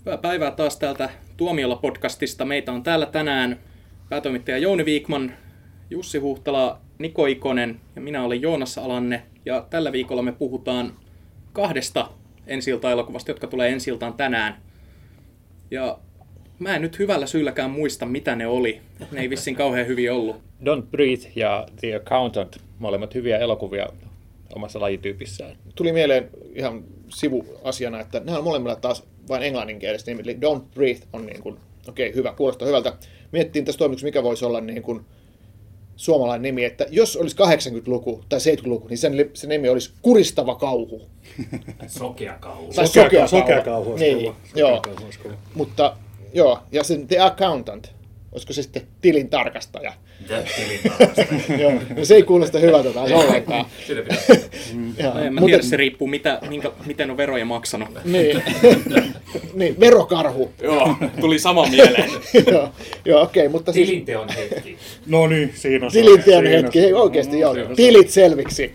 Hyvää päivää taas täältä Tuomiolla-podcastista. Meitä on täällä tänään päätoimittaja Jouni Viikman, Jussi Huhtala, Niko Ikonen ja minä olen Joonas Alanne. Ja tällä viikolla me puhutaan 2 ensi-ilta-elokuvasta, jotka tulee ensi-iltaan tänään. Ja mä en nyt hyvällä syylläkään muista, mitä ne oli. Ne ei vissiin kauhean hyvin ollut. Don't Breathe ja The Accountant, molemmat hyviä elokuvia omassa lajityypissään. Tuli mieleen ihan sivuasiana, että nämä on molemmilla taas vain englanninkielistä, eli Don't Breathe on niin kuin, okei, hyvä, kuulostaa hyvältä. Miettiin tässä toimituksessa, mikä voisi olla niin kuin suomalainen nimi, että jos olisi 80-luku tai 70-luku, niin sen nimi olisi Kuristava kauhu. Sokea kauhu. Tai sokea kauhu. Niin, joo. Mutta joo, ja sen The Accountant, olisiko se sitten tilin tarkastaja? Joo, no se ei kuulosta hyvältä taas ollenkaan. En tiedä, se riippuu, miten on veroja maksanut. Niin, verokarhu. Joo, tuli sama mieleen. Joo, okei, mutta siis... Tilinteon hetki. No niin, siinä on Tilinteon hetki, hei, oikeasti joo. Tilit selviksi.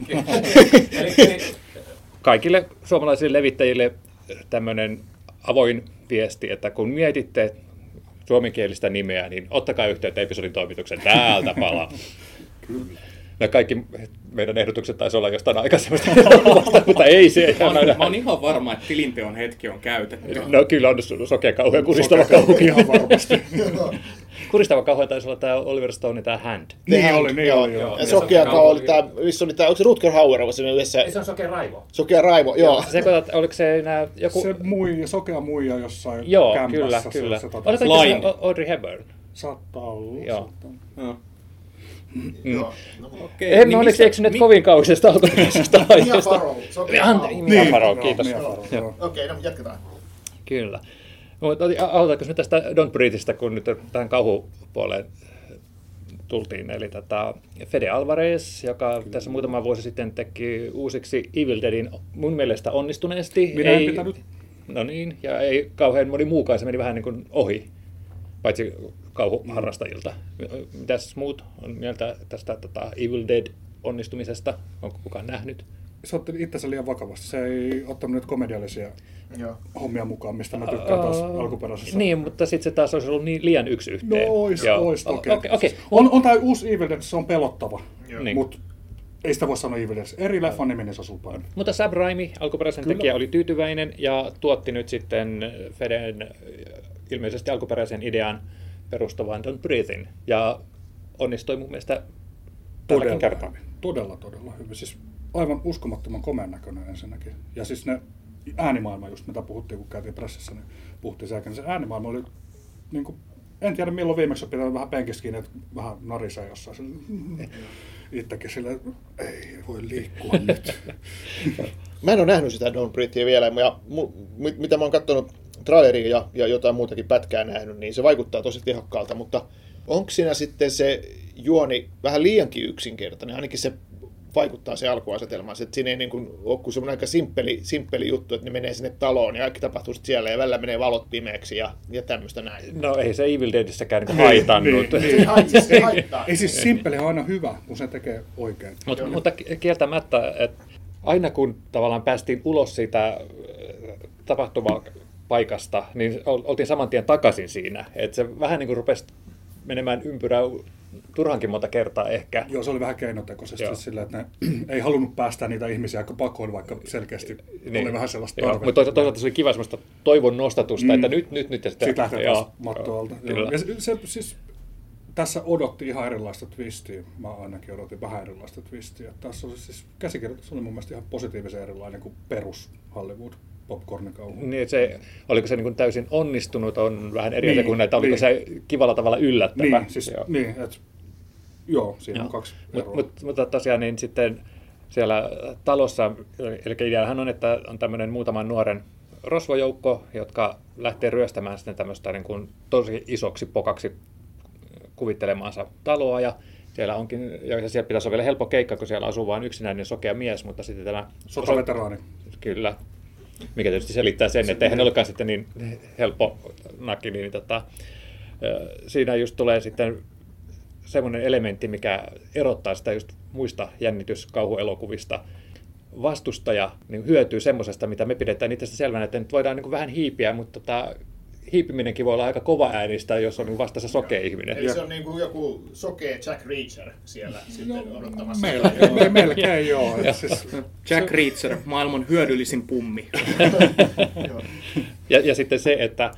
Kaikille suomalaisille levittäjille tämmöinen avoin viesti, että kun mietitte suomenkielistä nimeä, niin ottakaa yhteyttä episodin toimituksen täältä palaa. Kyllä. Ja kaikki meidän ehdotukset taisi olla jostain aikaisemmasta, mutta ei se. Mä oon ihan varma, että tilinteon hetki on käytetty. No kyllä on sokea kauhu ja kuristava kauhu. Ihan varmasti. Kuristava kauhu taisi olla tämä Oliver Stone, tämä Hand. Niin oli. Ja sokea kauhu oli tämä, onko se Rutger Hauer, vai se yhdessä? Se on Sokea Raivo. Sokea Raivo, joo. Oliko se joku... Se sokea muija jossain kämpässä. Joo, kyllä. Oliko se Audrey Hepburn? Saattaa olla. Joo. Okei, emme onneksi eksyneet kovin kauisesta alkuperäisestä aiheesta. Mia Farrow, kiitos. Okei, no jatketaan. Kyllä. Aloitaanko nyt tästä Don't Breatheista, kun nyt tähän kauhupuoleen tultiin. Eli Fede Alvarez, joka tässä muutama vuosi sitten teki uusiksi Evil Deadin mun mielestä onnistuneesti. Minä en pitänyt. No niin, ja ei kauhean moni muukaan, se meni vähän niin kuin ohi, paitsi kauhuharrastajilta. Mitäs muut on mieltä tästä Evil Dead onnistumisesta? Onko kukaan nähnyt? Se otti itsensä liian vakavasti. Se ei ottanut nyt komediallisia hommia mukaan, mistä mä tykkään taas alkuperäisessä. Niin, mutta sitten se taas olisi ollut niin liian yksi yhteen. No ois toki. Okay. On tämä uusi Evil Dead, se on pelottava, niin. Mutta ei sitä voi sanoa Evil Dead. Eri leffan nimi, niin se asuu päin. Mutta Sam Raimi, alkuperäisen tekijä, oli tyytyväinen ja tuotti nyt sitten Feden ilmeisesti alkuperäisen idean perustuvan Don't Breathin. Ja onnistui mun mielestä tälläkin kertaa. Todella hyvin. Siis aivan uskomattoman komean näköinen ensinnäkin. Ja siis ne äänimaailma, just mitä puhuttiin, kun käytiin pressissä, niin puhuttiin sen jälkeen. Se äänimaailma oli, niin kuin, en tiedä milloin viimeksi pitää vähän penkissä kiinni, että vähän narisee jossain. Itsekin silleen, ei voi liikkua nyt. Mä en ole nähnyt sitä Don't Breathia vielä, ja mitä mä oon katsonut traileria ja jotain muutakin pätkää nähnyt, niin se vaikuttaa tosi tehokkaalta, mutta onko siinä sitten se juoni vähän liiankin yksinkertainen, ainakin se vaikuttaa se alkuasetelmaan, että siinä ei niin kuin ole kuin semmoinen aika simppeli juttu, että ne menee sinne taloon ja kaikki tapahtuu siellä ja välillä menee valot pimeäksi ja tämmöistä näin. No ei se Evil Deadissäkään niin haitannut. Se haittaa. Ei siis simppeli on aina hyvä, kun se tekee oikein. Mutta kieltämättä, että aina kun tavallaan päästiin ulos siitä tapahtumapaikasta, niin oltiin saman tien takaisin siinä. Että se vähän niin kuin rupesi menemään ympyrää turhankin monta kertaa ehkä. Joo, se oli vähän keinotekoisesti sillä, että ne ei halunnut päästää niitä ihmisiä pakoon, vaikka selkeästi oli vähän sellaista tarvetta. Mutta toisaalta se oli kiva semmoista toivon nostatusta, että nyt. Ja sitten lähtee taas matto alta. Ja se siis tässä odotti ihan erilaista twistiä. Mä ainakin odotin vähän erilaista twistiä. Tässä oli siis käsikirjoitus oli mun mielestä ihan positiivisen erilainen kuin perus Hollywood popcornikauhu. Niin, oliko se niin kuin täysin onnistunut, on vähän eri asia kuin näitä, oliko se kivalla tavalla yllättävä? Siinä on 2 eroa. Mutta tosiaan niin sitten siellä talossa, eli ideahan on, että on tämmöinen muutaman nuoren rosvojoukko, jotka lähtee ryöstämään sitten tämmöistä niin kuin tosi isoksi pokaksi kuvittelemaansa taloa, ja siellä onkin, ja siellä pitäisi olla vielä helppo keikka, kun siellä asuu vain yksinäinen sokea mies, mutta sitten tämä... Sotaveteraani. Kyllä. Mikä tietysti selittää sen, että eihän ne olekaan sitten niin helppo nakki, niin siinä just tulee sitten semmoinen elementti, mikä erottaa sitä just muista jännityskauhuelokuvista. Vastustaja niin hyötyy semmoisesta, mitä me pidetään itse selvänä, että nyt voidaan niin kuin vähän hiipiä, mutta hiipiminenkin voi olla aika kova äänistä, jos on vastassa sokea ihminen. Eli se on niin kuin joku sokea Jack Reacher siellä sitten odottamassa. Melkein joo. Siis, Jack Reacher, maailman hyödyllisin pummi. ja sitten se, että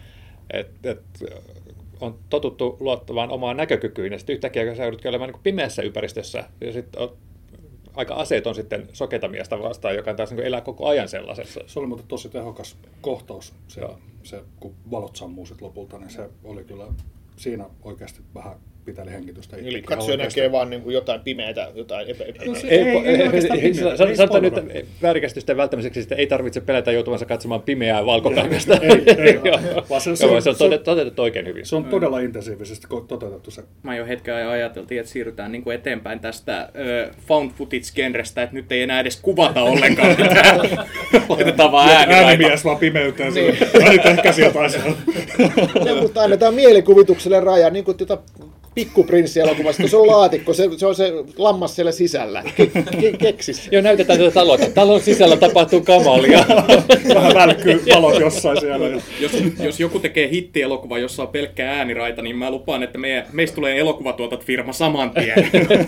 on totuttu luottamaan omaan näkökykyyn, ja sitten yhtäkkiä sä joudutkin olemaan niin kuin pimeässä ympäristössä, ja sitten aika aseeton sitten sokeata miestä vastaan, joka taas niin elää koko ajan sellaisessa. Se oli muuten tosi tehokas kohtaus, se kun valot sammuu sit lopulta, niin se oli kyllä siinä oikeasti vähän piteli hengitystä. Eli katsoja näkee vaan niin kuin jotain pimeätä, jotain Sanotaan nyt väärinkäsitysten välttämiseksi, että ei tarvitse pelätä joutuvansa katsomaan pimeää valkokangasta. Ei, vaan se on toteutettu oikein hyvin. Se on todella intensiivisesti toteutettu se. Mä jo hetken ajan ajateltiin, että siirrytään niin kuin eteenpäin tästä found footage-genrestä, että nyt ei enää edes kuvata ollenkaan mitään. Laitetaan vaan äänimies vaan pimeyteen. Ehkä sieltä asiaa. Mutta annetaan mielikuvitukselle raja, niin kuin Pikkuprinssi-elokuvassa, se on laatikko, se on se lammas siellä sisällä. Keksis. Joo, näytetään tätä talota. Talon sisällä tapahtuu kamalia. Vähän välkkyy valot jossain siellä. Jos joku tekee hittielokuva, jossa on pelkkä ääniraita, niin mä lupaan, että meistä tulee elokuvatuotantoфirma saman tien.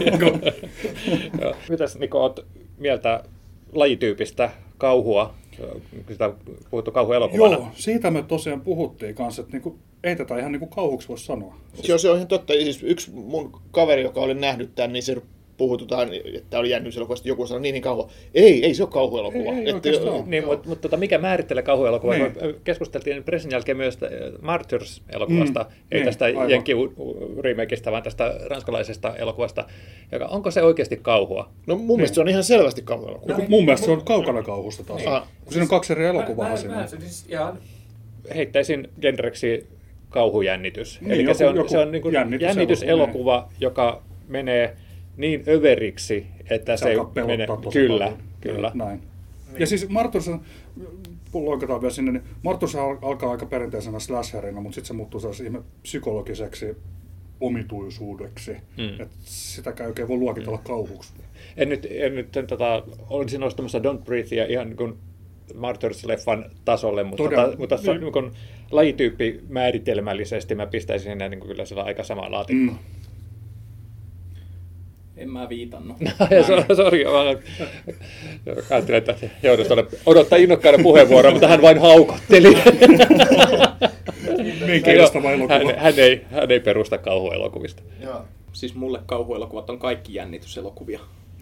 Mitäs Niko, oot mieltä lajityypistä kauhua? Sitä puhuttu kauhuelokuvana. Joo, siitä me tosiaan puhuttiin kanssa, että niinku, ei tätä ihan niinku kauhuksi voi sanoa. Joo, se on ihan totta. Siis yksi mun kaveri, joka oli nähnyt tämän, niin se puhutaan, että oli jännityselokuvasta, joku sanoi niin kauan. Ei se ole kauhuelokuva. Mutta mikä määrittelee kauhuelokuvaa? Niin. Keskusteltiin pressin jälkeen myös Martyrs-elokuvasta, ei tästä Jenkki-remakeista, vaan tästä ranskalaisesta elokuvasta. Onko se oikeasti kauhua? No mun mielestä se on ihan selvästi kauhuelokuva. Mun mielestä se on kaukana kauhusta taas. Siinä on 2 eri elokuvaa siinä. Heittäisin genreksi kauhujännitys. Eli se on niin kuin jännityselokuva, joka menee niin överiksi, että se menee. Kyllä. Näin. Ja siis Martyrs, loikataan vielä sinne, niin Martyrs alkaa aika perinteisenä slasherina, mutta sitten se muuttuu sellaisen psykologiseksi omituisuudeksi, että sitäkään oikein voi luokitella kauhuksi. En nyt olisin nostamassa Don't Breathea ihan niin kuin Martyrs-leffan tasolle, mutta niin lajityyppi määritelmällisesti mä pistäisin enää niin kyllä sillä aika samaa laatikkoa. En mä viitannut. Sori, ajattelin, että joudut odottaa innokkaana puheenvuoroa, mutta hän vain haukotteli. Hän ei perusta kauhuelokuvista. Siis mulle kauhuelokuvat on kaikki jännityselokuvia.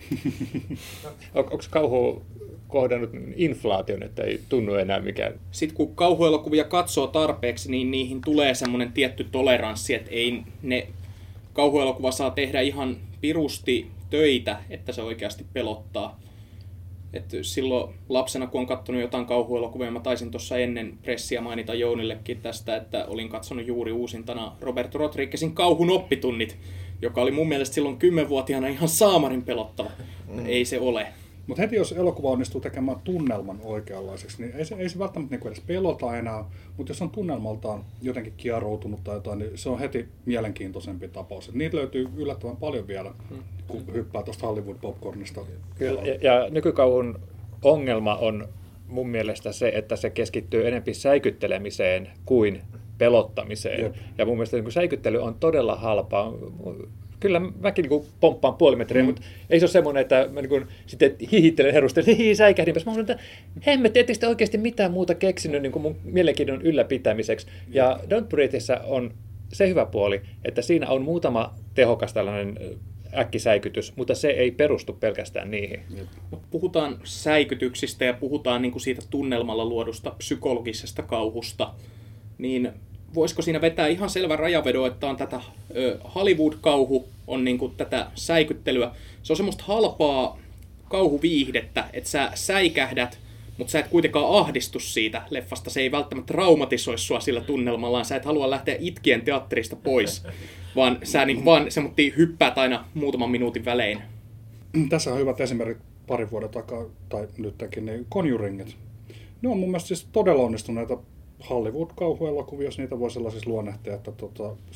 Onko kauhu kohdannut inflaation, että ei tunnu enää mikään? Sitten kun kauhuelokuvia katsoo tarpeeksi, niin niihin tulee semmoinen tietty toleranssi, että ei ne kauhuelokuva saa tehdä ihan pirusti töitä, että se oikeasti pelottaa. Et silloin lapsena, kun on katsonut jotain kauhuelokuvia, mä taisin tuossa ennen pressiä mainita Jounillekin tästä, että olin katsonut juuri uusintana Robert Rodriguezin Kauhun oppitunnit, joka oli mun mielestä silloin 10-vuotiaana ihan saamarin pelottava. Ei se ole. Mutta heti jos elokuva onnistuu tekemään tunnelman oikeanlaiseksi, niin ei se välttämättä niinku edes pelota enää, mutta jos on tunnelmaltaan jotenkin kieroutunut tai jotain, niin se on heti mielenkiintoisempi tapaus. Et niitä löytyy yllättävän paljon vielä, kun hyppää tuosta Hollywood-popcornista. Kyllä, ja nykykauhun ongelma on mun mielestä se, että se keskittyy enemmän säikyttelemiseen kuin pelottamiseen. Jep. Ja mun mielestä niin säikyttely on todella halpaa. Kyllä mäkin niin pomppaan puoli metriä, mutta ei se ole semmoinen, että mä niin sitten hihittelen herustelen, säikähdinpäs. Mä sanon, että hemmetti, ettekö te oikeasti mitään muuta keksinyt niin mun mielenkiinnon ylläpitämiseksi. Ja Don't Breatheissä on se hyvä puoli, että siinä on muutama tehokas tällainen äkkisäikytys, mutta se ei perustu pelkästään niihin. Puhutaan säikytyksistä ja puhutaan niin kuin siitä tunnelmalla luodusta psykologisesta kauhusta, niin voisiko siinä vetää ihan selvä rajavedo, että on tätä Hollywood-kauhu, on niin kuin tätä säikyttelyä. Se on semmoista halpaa kauhuviihdettä, että sä säikähdät, mutta sä et kuitenkaan ahdistu siitä leffasta. Se ei välttämättä traumatisoi sua sillä tunnelmallaan. Sä et halua lähteä itkien teatterista pois, vaan sä niin vaan semmoittiin hyppäät aina muutaman minuutin välein. Tässä on hyvät esimerkit parin vuoden takaa, tai nytkin, niin Conjuringit. Ne on mun mielestä siis todella onnistuneita Hollywood-kauhuelokuvia, jos niitä voi sellaisissa luonnehtia, että siis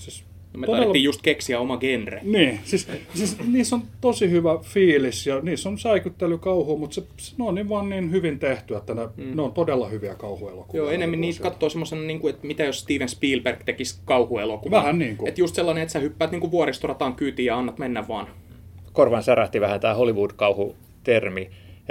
No me taidettiin just keksiä oma genre. Niin, siis niissä on tosi hyvä fiilis ja niissä on säikyttelykauhua, mutta ne on niin vaan niin hyvin tehty, että ne on todella hyviä kauhuelokuvia. Joo, enemmän niitä katsoo semmoisena, että mitä jos Steven Spielberg tekisi kauhuelokuvan. Vähän niin kuin. Että just sellainen, että sä hyppäät niin kuin vuoristorataan kyytiin ja annat mennä vaan. Korvan särähti vähän tämä Hollywood-kauhutermi.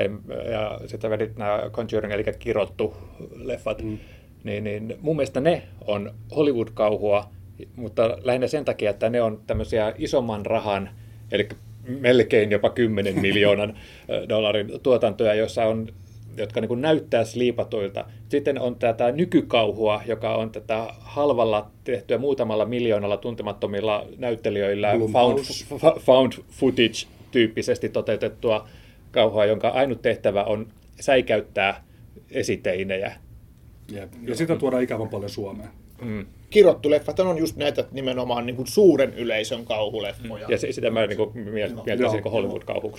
Ja sitten vedit nämä Conjuring, eli kirottu leffat. Niin mun mielestä ne on Hollywood-kauhua, mutta lähinnä sen takia, että ne on tämmöisiä isomman rahan, eli melkein jopa 10 miljoonan dollarin tuotantoja, jotka niin kuin näyttää sliipatuilta. Sitten on tätä nykykauhua, joka on tätä halvalla tehtyä muutamalla miljoonalla tuntemattomilla näyttelijöillä found footage-tyyppisesti toteutettua kauhua, jonka ainut tehtävä on säikäyttää esiteinejä. Jep. Ja sitä tuodaan ikävän paljon Suomeen. Kirottu leffat on just näitä nimenomaan niin kuin suuren yleisön kauhuleffoja. Ja sitä mä niin mielittäisin Hollywood-kauhuksi.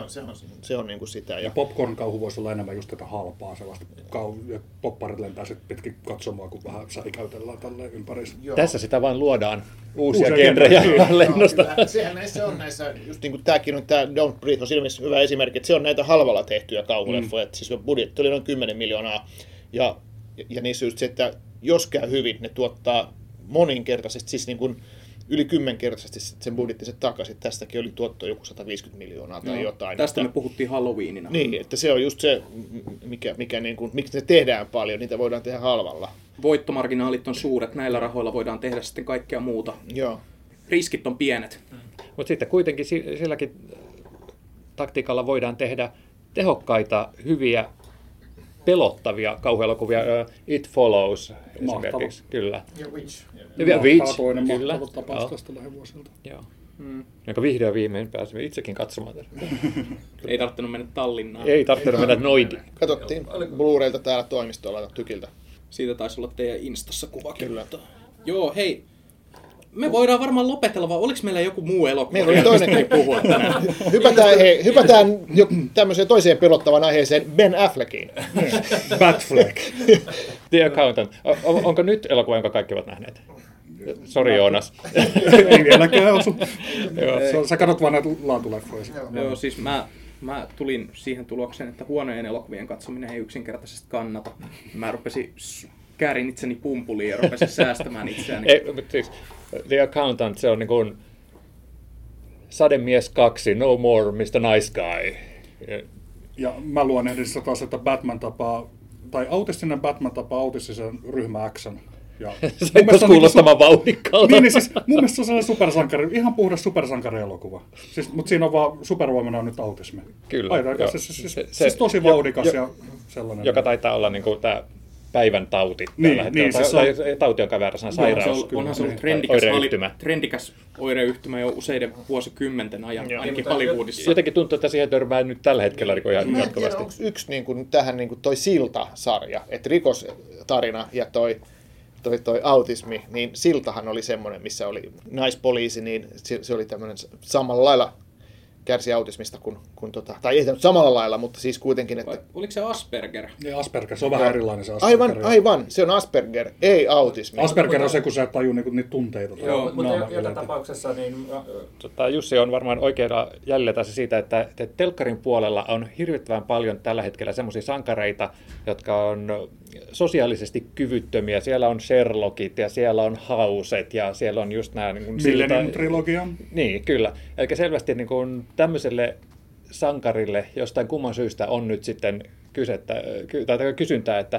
Se on niin kuin sitä. Ja popcorn-kauhu voisi olla enemmän just tätä halpaa, sellaista ja popparit lentää sitten pitkin katsomaan, kun vähän säikäytellään tälleen ympärissä. Tässä sitä vaan luodaan uusia genrejä lennosta. Sehän näissä on näissä, just niin kuin tämäkin on, tämä Don't Breathe on silmissä hyvä esimerkki, että se on näitä halvalla tehtyjä kauhuleffoja. Siis budjetti oli noin 10 miljoonaa. Ja niissä just se, että jos käy hyvin, ne tuottaa moninkertaisesti, siis niin kuin yli 10-kertaisesti sen budjettiset takaisin. Tästäkin oli tuotto joku 150 miljoonaa tai jotain. Tästä me puhuttiin Halloweenina. Niin, että se on just se, mikä niin kuin, miksi ne tehdään paljon, niitä voidaan tehdä halvalla. Voittomarginaalit on suuret, näillä rahoilla voidaan tehdä sitten kaikkea muuta. Joo. Riskit on pienet. Mutta sitten kuitenkin silläkin taktiikalla voidaan tehdä tehokkaita, hyviä, pelottavia kauhuelokuvia. It Follows esimerkiksi, kyllä. Ja Witch. Ja Witch, toinen kyllä. mahtava tapaus tästä lähivuosilta. Joo. Jonka vihdoin viimein pääsimme itsekin katsomaan. Ei tarvinnut mennä Tallinnaan. Ei tarvinnut mennä noidiin. Katsottiin Blu-raylta täällä toimistolla tykiltä. Siitä taisi olla teidän Instassa kuvakin. Kyllä. Joo, hei. Me voidaan varmaan lopetella, vai oliko meillä joku muu elokuva? Meillä oli toinenkin puhua tänään. Hypätään jo tämmöiseen toiseen pelottavaan aiheeseen, Ben Affleckiin. Batfleck. The Accountant. Onko nyt elokuva, jonka kaikki ovat nähneet? Sori Joonas. Ei vieläkään osu. Sä katsot vaan näitä laatuleffoja. Joo, siis mä tulin siihen tulokseen, että huonojen elokuvien katsominen ei yksinkertaisesti kannata. Mä käärin itseni pumpuliin ja rupesin säästämään itseäni. Ei, mutta siis The Accountant, se on niin kuin Sademies 2, No More Mr. Nice Guy. Ja mä luen ehdissä taas, että Batman tapaa, tai autistinen Batman tapaa autistisen ryhmä X:n. Se on kuulostamaan vauhdikkaalta. Niin, siis mun mielestä se on sellainen supersankari, ihan puhdas supersankarielokuva. Siis, mutta siinä on vaan supervoimana on nyt autismi. Kyllä. Siis tosi vauhdikas ja sellainen. Joka taitaa olla niin kuin tämä päivän tauti. Niin, siis tauti on väärä sana, sairaus. Onhan se ollut trendikäs oireyhtymä jo useiden vuosikymmenten ajan, ainakin Hollywoodissa. Jotenkin tuntuu, että siihen törmää nyt tällä hetkellä ihan jatkuvasti. Onko yksi niin kuin, tähän niin kuin toi Silta-sarja, että rikostarina ja toi autismi, niin Siltahan oli semmoinen, missä oli naispoliisi, niin se oli tämmöinen samalla lailla kärsi autismista tai ei samalla lailla, mutta siis kuitenkin, että... Oliko se Asperger? Niin, Asperger, se on vähän erilainen se Asperger. Aivan, se on Asperger, ei autismi. Asperger on se, kun sä et tajua niitä tunteita. Joo, mutta joka tapauksessa niin... Jussi on varmaan oikealla jäljellä tässä siitä, että telkkarin puolella on hirvittävän paljon tällä hetkellä semmoisia sankareita, jotka on sosiaalisesti kyvyttömiä. Siellä on Sherlockit ja siellä on Houset ja siellä on just nämä... Niin Millennium-trilogia. Niin, kyllä. Eli selvästi niin kuin tämmöiselle sankarille jostain kumman syystä on nyt sitten kysyntää, että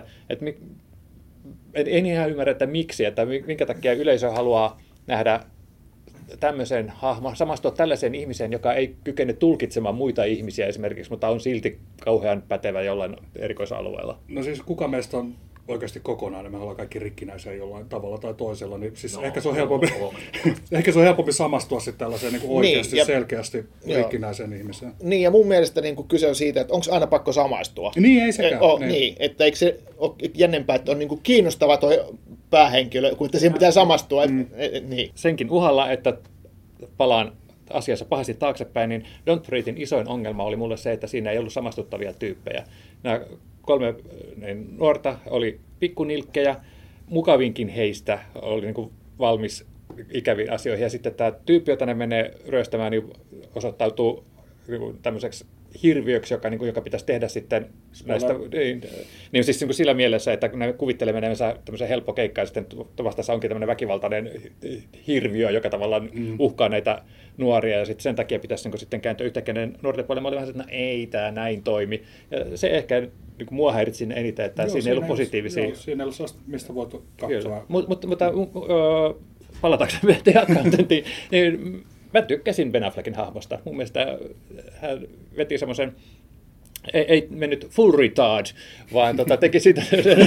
en ihan ymmärrä, että miksi, että minkä takia yleisö haluaa nähdä tämmöisen hahmon, samastua tällaisen ihmisen, joka ei kykene tulkitsemaan muita ihmisiä esimerkiksi, mutta on silti kauhean pätevä jollain erikoisalueella. No siis kuka meistä on oikeasti kokonainen, me ollaan kaikki rikkinäisiä jollain tavalla tai toisella, niin siis ehkä se on helpompi samastua sitten tällaiseen niin oikeasti niin, selkeästi rikkinäiseen ihmiseen. Niin, ja mun mielestä niin kuin kyse on siitä, että onko aina pakko samaistua. Niin, ei sekään. Niin, että eikö se ole jännempää, että on niin kuin kiinnostava tuo päähenkilö, kun siihen pitää samastua. Niin. Senkin uhalla, että palaan asiassa pahasti taaksepäin, niin Don't Breathein isoin ongelma oli mulle se, että siinä ei ollut samastuttavia tyyppejä. Nämä 3 nuorta oli pikkunilkkejä, mukavinkin heistä oli niin kuin valmis ikäviin asioihin. Ja sitten tämä tyyppi, jota ne menee ryöstämään, niin osoittautuu tämmöiseksi hirviöksi, joka pitäisi tehdä sitten näistä, niin siis niin kuin sillä mielessä, että ne kuvittelee menevänsä tämmöisen helppo keikka, ja sitten vastassa onkin tämmöinen väkivaltainen hirviö, joka tavallaan uhkaa näitä nuoria, ja sitten sen takia pitäisi niin sitten kääntyä yhtäkkiä nuorten puolelle. Mä olin vähän, että ei tämä näin toimi. Ja se ehkä niin mua häiritsi sinne eniten, että siinä ei ollut positiivisia. Joo, siinä ei ollut sellaista, mistä voit katsoa. Mutta palatakseni The Accountantiin, niin mä tykkäsin Ben Affleckin hahmosta. Mun mielestä hän veti semmoisen, ei mennyt full retard, vaan teki sitä.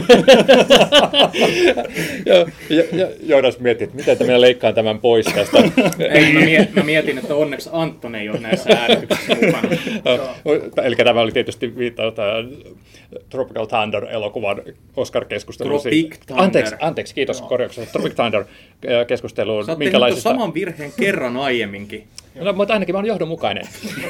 Joonas mietti, että miten minä leikkaan tämän pois tästä. Mä mietin, että onneksi Anton ei ole näissä äänityksissä mukana. Eli tämä oli tietysti viittaus Tropical Thunder-elokuvan Oscar-keskusteluun. Tropic Thunder. Anteeksi, kiitos korjauksesta. Tropic Thunder-keskusteluun. Sä oot tehnyt saman virheen kerran aiemminkin. No, mutta ainakin mä olen johdonmukainen.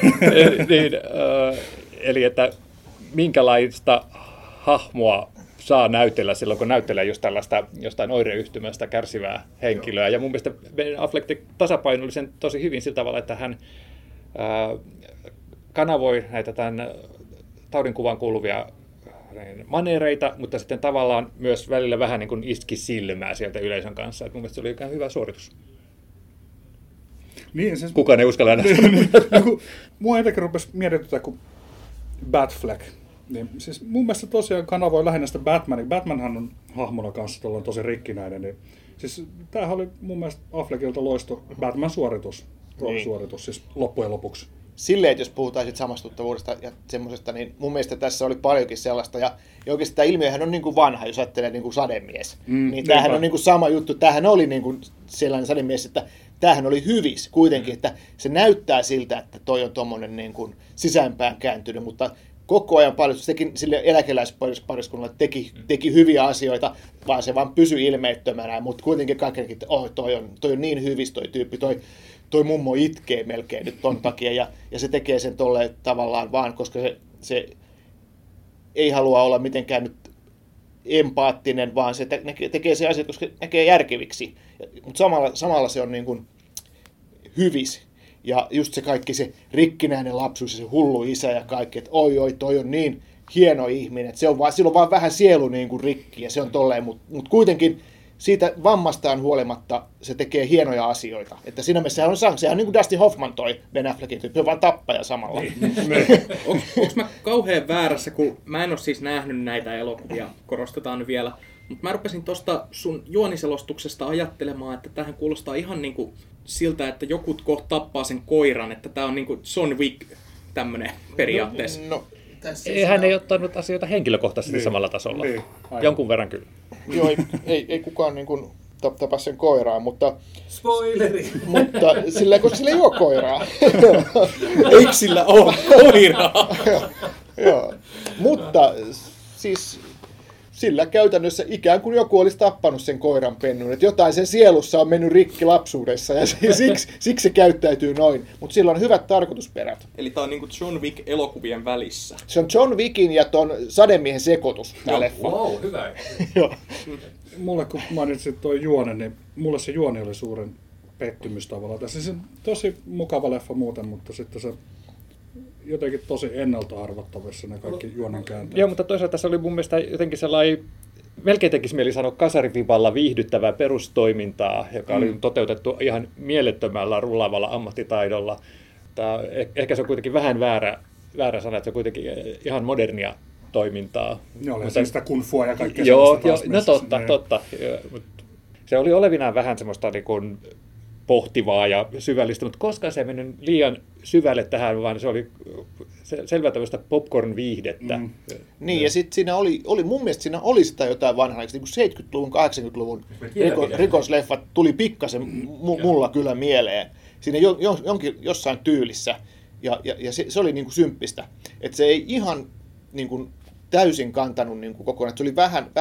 Eli että minkälaista hahmoa saa näytellä silloin, kun näyttelee just tällaista jostain oireyhtymästä kärsivää henkilöä. Ja mun mielestä Ben Affleck tasapainoi sen tosi hyvin sillä tavalla, että hän kanavoi näitä tämän taudinkuvaan kuuluvia maneereita, mutta sitten tavallaan myös välillä vähän niin kuin iski silmää sieltä yleisön kanssa. Et mun mielestä se oli ikään hyvä suoritus. Niin, siis, kukaan ei uskalla enää. Mua jotenkin rupesi mietitytä, kun Batfleck. Niin, siis mun mielestä tosiaan kanavoi lähinnä sitä Batmania. Batmanhan on hahmona kanssa tosi rikkinäinen. Niin, siis tämähän oli mun mielestä Affleckilta loisto Batman-suoritus, roolisuoritus siis loppujen lopuksi. Silleen, että jos puhutaan sit samastuttavuudesta ja semmoisesta, niin mun mielestä tässä oli paljonkin sellaista. Ja oikeasti tämä ilmiöhän on niin kuin vanha, jos ajattelee niin kuin sademies. Niin tämähän on niin kuin sama juttu. Tämähän oli niin kuin sellainen sademies, että tämähän oli hyvis kuitenkin, että se näyttää siltä, että toi on tommonen niin kuin sisäänpään kääntynyt, mutta koko ajan paljon sille eläkeläispariskunnalle teki hyviä asioita, vaan se vaan pysyi ilmeettömänä, mutta kuitenkin kaikenkin, että toi on niin hyvis toi tyyppi, toi mummo itkee melkein nyt ton takia, ja se tekee sen tolleen tavallaan vaan, koska se ei halua olla mitenkään nyt empaattinen, vaan se tekee se asiat, koska näkee järkeviksi, mutta samalla se on niin kuin hyvis. Ja just se kaikki se rikkinäinen lapsuus ja se hullu isä ja kaikki, että toi on niin hieno ihminen, että sillä on vaan vähän sielu niin kuin rikki ja se on tolleen, mutta kuitenkin siitä vammastaan huolimatta se tekee hienoja asioita. Että siinä mielessä sehän on niin kuin Dustin Hoffman toi Ben Affleckin tyyppi, vaan tappaja samalla. Onko mä kauhean väärässä, kun mä en ole siis nähnyt näitä elokuvia, korostetaan nyt vielä, mutta mä rupesin tuosta sun juoniselostuksesta ajattelemaan, että tähän kuulostaa ihan niin kuin siltä, että joku kohta tappaa sen koiran, että tää on niin kuin John Wick tämmönen periaatteessa. No, hän ei ottanut asioita henkilökohtaisesti samalla tasolla. Niin, jonkun verran kyllä. Joo, ei kukaan niin kuin tapa sen koiraa, mutta... Spoileri! Mutta koska sillä ei ole koiraa. Eikö sillä ole koiraa? Joo, mutta siis... Sillä käytännössä ikään kuin joku olisi tappanut sen koiran pennun, että jotain sen sielussa on mennyt rikki lapsuudessa ja siksi se käyttäytyy noin. Mutta sillä on hyvät tarkoitusperät. Eli tää on niinku John Wick elokuvien välissä. Se on John Wickin ja ton sademiehen sekoitus, tää leffa. Wow, hyvä. Joo. Mulle kun mainitsit toi juone, niin mulle se juoni oli suuren pettymys tavallaan. Tässä se tosi mukava leffa muuten, mutta sitten se jotenkin tosi ennalta arvattavissa ne kaikki juonen käänteet. Joo, mutta toisaalta se oli mun mielestä jotenkin sellainen, melkein tekisi mieli sanoa kasarivivalla viihdyttävää perustoimintaa, joka oli toteutettu ihan mielettömällä rullaavalla ammattitaidolla. Ehkä se on kuitenkin vähän väärä sana, että se on kuitenkin ihan modernia toimintaa. Joo, mutta sitä kung fua ja kaikkea joo, no totta. Se oli olevinaan vähän semmoista niin kuin pohtivaa ja syvällistä, mutta koskaan se ei mennyt liian syvälle tähän, vaan se oli selvä tämmöistä popcorn-viihdettä. Niin, ja sitten siinä oli, mun mielestä siinä oli sitä jotain vanhaa, niin kuin 70-luvun, 80-luvun rikosleffat tuli pikkasen mulla kyllä mieleen. Siinä jossain tyylissä, ja se oli niin kuin symppistä. Että se ei ihan niin kuin täysin kantanut niin kuin kokonaan. Se oli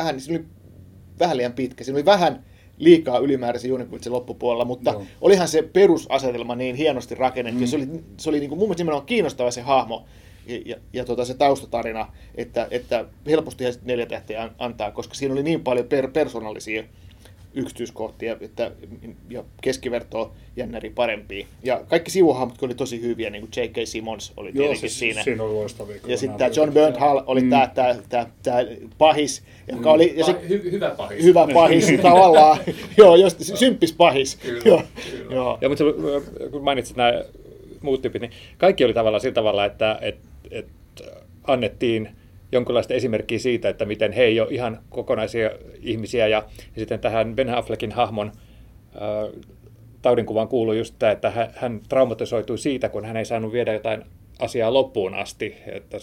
vähän liian pitkä, siinä oli vähän liikaa ylimääräisiä juonikuvitsen loppupuolella, mutta olihan se perusasetelma niin hienosti rakennettu, ja se oli niin kuin mun mielestä nimenomaan kiinnostava se hahmo ja se taustatarina, että helposti 4 tähteä antaa, koska siinä oli niin paljon persoonallisia yksityiskohtia ja keskivertoa jännäri parempia. Ja kaikki sivuhahmot oli tosi hyviä, niin kuin J.K. Simmons oli tietenkin siinä. Siinä oli loistavia. Ja sitten tämä John Bernthal oli tämä pahis, joka oli... Hyvä pahis. Hyvä pahis, tavallaan. Joo, just symppis pahis. Kyllä. Joo. Ja, mutta kun mainitsit nämä muut tyypit, niin kaikki oli tavallaan sillä tavalla, että annettiin jonkinlaista esimerkkiä siitä, että miten he ei ole ihan kokonaisia ihmisiä. Ja sitten tähän Ben Affleckin hahmon taudinkuvaan kuului just tämä, että hän traumatisoitui siitä, kun hän ei saanut viedä jotain asiaa loppuun asti. Että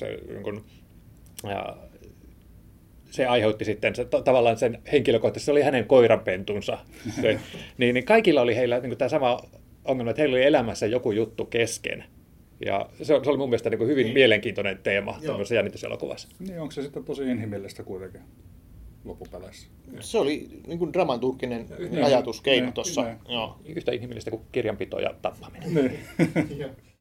se aiheutti sitten tavallaan sen henkilökohtaisesti, se oli hänen koiranpentunsa. Niin kaikilla oli heillä niin tämä sama ongelma, että heillä oli elämässä joku juttu kesken. Ja se oli mun mielestä niin hyvin mielenkiintoinen teema tämmöisessä jännityselokuvassa. Niin, onko se sitten tosi inhimillistä kuitenkin loppupeleissä? Se oli niin kuin dramaturginen ajatuskeino tuossa. Yhtä inhimillistä kuin kirjanpito ja tappaminen. Niin.